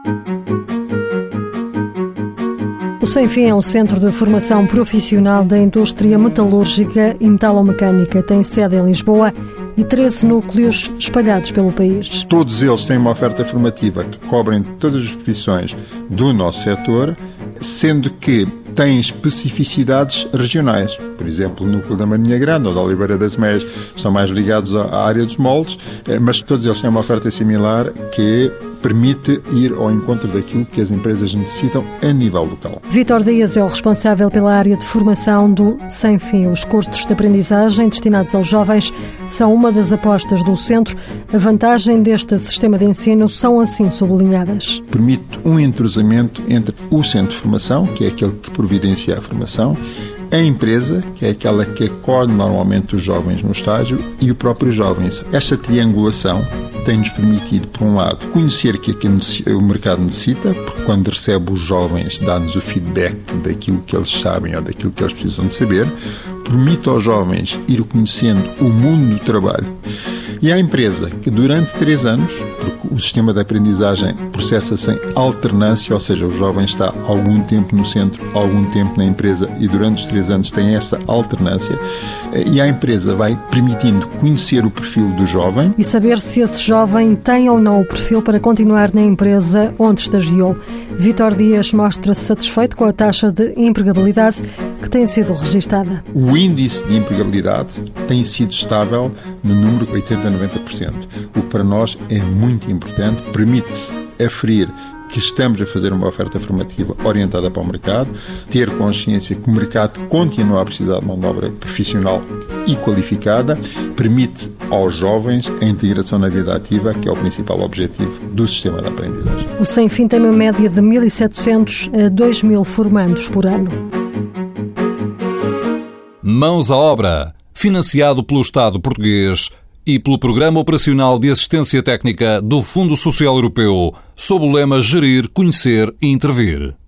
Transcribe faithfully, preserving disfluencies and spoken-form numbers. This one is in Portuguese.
O Sem Fim é um centro de formação profissional da indústria metalúrgica e metalomecânica. Tem sede em Lisboa e treze núcleos espalhados pelo país. Todos eles têm uma oferta formativa que cobrem todas as profissões do nosso setor, sendo que têm especificidades regionais. Por exemplo, o núcleo da Marinha Grande ou da Oliveira das Meias estão mais ligados à área dos moldes, mas todos eles têm uma oferta similar que permite ir ao encontro daquilo que as empresas necessitam a nível local. Vítor Dias é o responsável pela área de formação do Sem Fim. Os cursos de aprendizagem destinados aos jovens são uma das apostas do centro. A vantagem deste sistema de ensino são assim sublinhadas. Permite um entrosamento entre o centro de formação, que é aquele que providencia a formação, a empresa, que é aquela que acolhe normalmente os jovens no estágio, e o próprio jovem. Esta triangulação tem-nos permitido, por um lado, conhecer o que é que o mercado necessita, porque quando recebe os jovens dá-nos o feedback daquilo que eles sabem ou daquilo que eles precisam de saber, permite aos jovens ir conhecendo o mundo do trabalho. E à empresa, que durante três anos, porque o sistema de aprendizagem processa-se em alternância, ou seja, o jovem está algum tempo no centro, algum tempo na empresa e durante os três anos tem esta alternância, e a empresa vai permitindo conhecer o perfil do jovem. E saber se esse jovem tem ou não o perfil para continuar na empresa onde estagiou. Vítor Dias mostra-se satisfeito com a taxa de empregabilidade que tem sido registada. O índice de empregabilidade tem sido estável no número de oitenta a noventa por cento, o que para nós é muito importante, permite aferir que estamos a fazer uma oferta formativa orientada para o mercado, ter consciência que o mercado continua a precisar de mão de obra profissional e qualificada, permite aos jovens a integração na vida ativa, que é o principal objetivo do sistema de aprendizagem. O Sem Fim tem uma média de mil e setecentos a dois mil formandos por ano. Mãos à obra, financiado pelo Estado português e pelo Programa Operacional de Assistência Técnica do Fundo Social Europeu, sob o lema Gerir, Conhecer e Intervir.